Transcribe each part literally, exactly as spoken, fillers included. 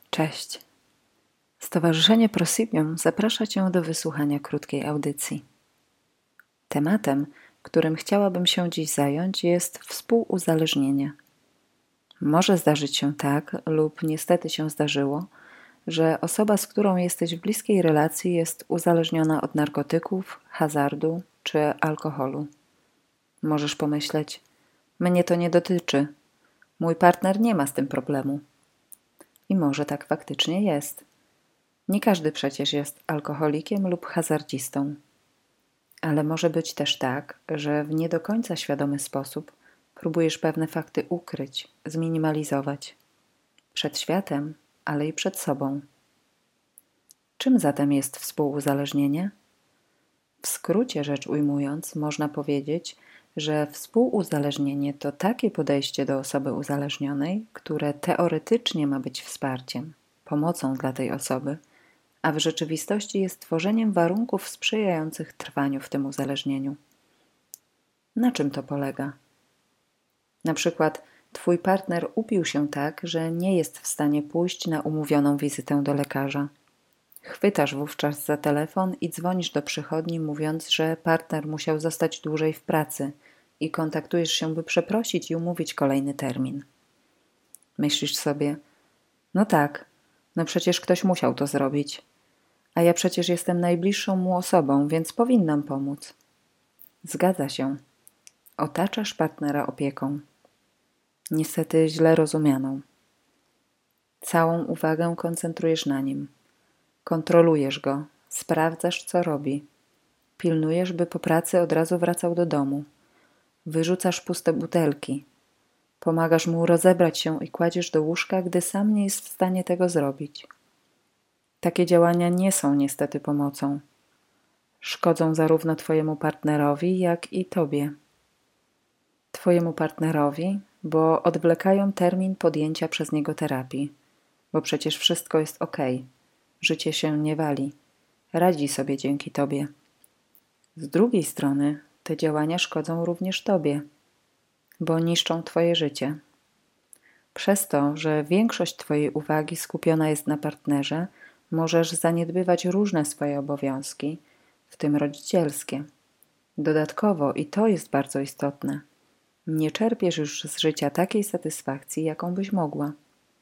Cześć. Stowarzyszenie Prosidium zaprasza Cię do wysłuchania krótkiej audycji. Tematem, którym chciałabym się dziś zająć, jest współuzależnienie. Może zdarzyć się tak, lub niestety się zdarzyło, że osoba, z którą jesteś w bliskiej relacji, jest uzależniona od narkotyków, hazardu czy alkoholu. Możesz pomyśleć, mnie to nie dotyczy, mój partner nie ma z tym problemu. I może tak faktycznie jest. Nie każdy przecież jest alkoholikiem lub hazardzistą. Ale może być też tak, że w nie do końca świadomy sposób próbujesz pewne fakty ukryć, zminimalizować. Przed światem, ale i przed sobą. Czym zatem jest współuzależnienie? W skrócie rzecz ujmując, można powiedzieć, że współuzależnienie to takie podejście do osoby uzależnionej, które teoretycznie ma być wsparciem, pomocą dla tej osoby, a w rzeczywistości jest tworzeniem warunków sprzyjających trwaniu w tym uzależnieniu. Na czym to polega? Na przykład twój partner upił się tak, że nie jest w stanie pójść na umówioną wizytę do lekarza. Chwytasz wówczas za telefon i dzwonisz do przychodni, mówiąc, że partner musiał zostać dłużej w pracy i kontaktujesz się, by przeprosić i umówić kolejny termin. Myślisz sobie, no tak, no przecież ktoś musiał to zrobić. A ja przecież jestem najbliższą mu osobą, więc powinnam pomóc. Zgadza się. Otaczasz partnera opieką. Niestety źle rozumianą. Całą uwagę koncentrujesz na nim. Kontrolujesz go, sprawdzasz, co robi. Pilnujesz, by po pracy od razu wracał do domu. Wyrzucasz puste butelki. Pomagasz mu rozebrać się i kładziesz do łóżka, gdy sam nie jest w stanie tego zrobić. Takie działania nie są niestety pomocą. Szkodzą zarówno twojemu partnerowi, jak i tobie. Twojemu partnerowi, bo odwlekają termin podjęcia przez niego terapii, bo przecież wszystko jest okej, życie się nie wali, radzi sobie dzięki tobie. Z drugiej strony te działania szkodzą również tobie, bo niszczą twoje życie. Przez to, że większość twojej uwagi skupiona jest na partnerze, możesz zaniedbywać różne swoje obowiązki, w tym rodzicielskie. Dodatkowo, i to jest bardzo istotne, nie czerpiesz już z życia takiej satysfakcji, jaką byś mogła.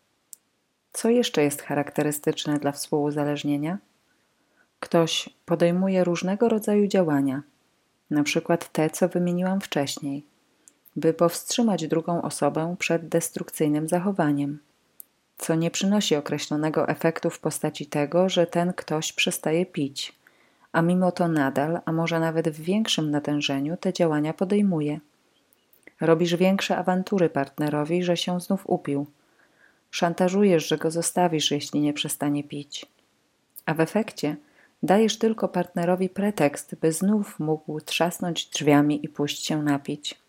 Co jeszcze jest charakterystyczne dla współuzależnienia? Ktoś podejmuje różnego rodzaju działania, na przykład te, co wymieniłam wcześniej, by powstrzymać drugą osobę przed destrukcyjnym zachowaniem, co nie przynosi określonego efektu w postaci tego, że ten ktoś przestaje pić, a mimo to nadal, a może nawet w większym natężeniu te działania podejmuje. Robisz większe awantury partnerowi, że się znów upił. Szantażujesz, że go zostawisz, jeśli nie przestanie pić. A w efekcie dajesz tylko partnerowi pretekst, by znów mógł trzasnąć drzwiami i pójść się napić.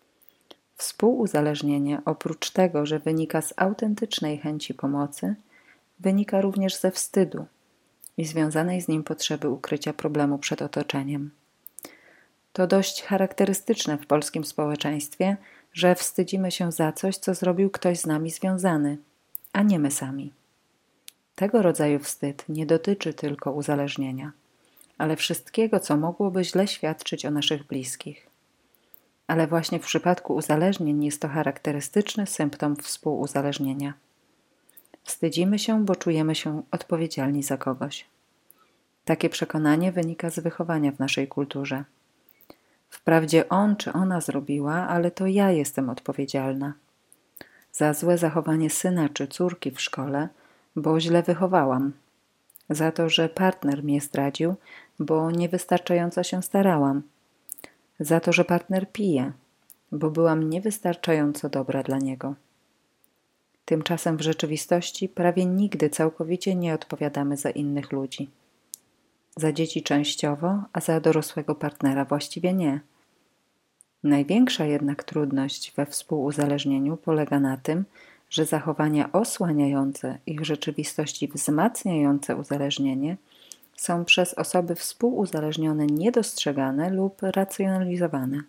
Współuzależnienie, oprócz tego, że wynika z autentycznej chęci pomocy, wynika również ze wstydu i związanej z nim potrzeby ukrycia problemu przed otoczeniem. To dość charakterystyczne w polskim społeczeństwie, że wstydzimy się za coś, co zrobił ktoś z nami związany, a nie my sami. Tego rodzaju wstyd nie dotyczy tylko uzależnienia, ale wszystkiego, co mogłoby źle świadczyć o naszych bliskich. Ale właśnie w przypadku uzależnień jest to charakterystyczny symptom współuzależnienia. Wstydzimy się, bo czujemy się odpowiedzialni za kogoś. Takie przekonanie wynika z wychowania w naszej kulturze. Wprawdzie on czy ona zrobiła, ale to ja jestem odpowiedzialna. Za złe zachowanie syna czy córki w szkole, bo źle wychowałam. Za to, że partner mnie zdradził, bo niewystarczająco się starałam. Za to, że partner pije, bo byłam niewystarczająco dobra dla niego. Tymczasem w rzeczywistości prawie nigdy całkowicie nie odpowiadamy za innych ludzi. Za dzieci częściowo, a za dorosłego partnera właściwie nie. Największa jednak trudność we współuzależnieniu polega na tym, że zachowania osłaniające i w rzeczywistości wzmacniające uzależnienie są przez osoby współuzależnione niedostrzegane lub racjonalizowane.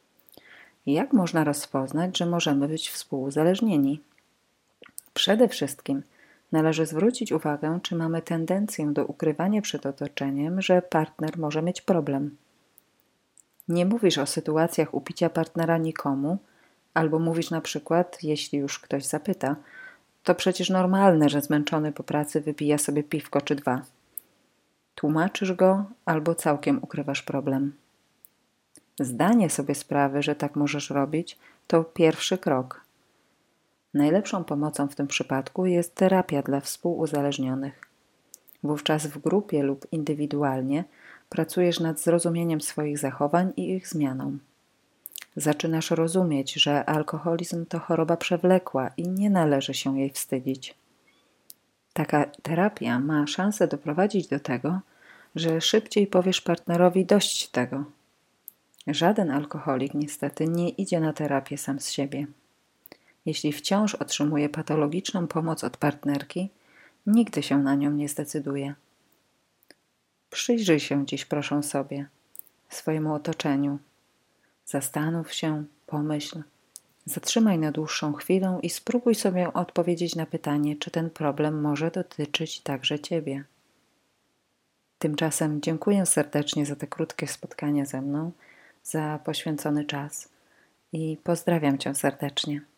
Jak można rozpoznać, że możemy być współuzależnieni? Przede wszystkim Należy zwrócić uwagę, czy mamy tendencję do ukrywania przed otoczeniem, że partner może mieć problem. Nie mówisz o sytuacjach upicia partnera nikomu, albo mówisz na przykład, jeśli już ktoś zapyta, to przecież normalne, że zmęczony po pracy wypija sobie piwko czy dwa. Tłumaczysz go albo całkiem ukrywasz problem. Zdanie sobie sprawy, że tak możesz robić, to pierwszy krok. Najlepszą pomocą w tym przypadku jest terapia dla współuzależnionych. Wówczas w grupie lub indywidualnie pracujesz nad zrozumieniem swoich zachowań i ich zmianą. Zaczynasz rozumieć, że alkoholizm to choroba przewlekła i nie należy się jej wstydzić. Taka terapia ma szansę doprowadzić do tego, że szybciej powiesz partnerowi dość tego. Żaden alkoholik niestety nie idzie na terapię sam z siebie. Jeśli wciąż otrzymuje patologiczną pomoc od partnerki, nigdy się na nią nie zdecyduje. Przyjrzyj się dziś, proszę sobie, swojemu otoczeniu. Zastanów się, pomyśl, zatrzymaj na dłuższą chwilę i spróbuj sobie odpowiedzieć na pytanie, czy ten problem może dotyczyć także Ciebie. Tymczasem dziękuję serdecznie za te krótkie spotkania ze mną, za poświęcony czas i pozdrawiam Cię serdecznie.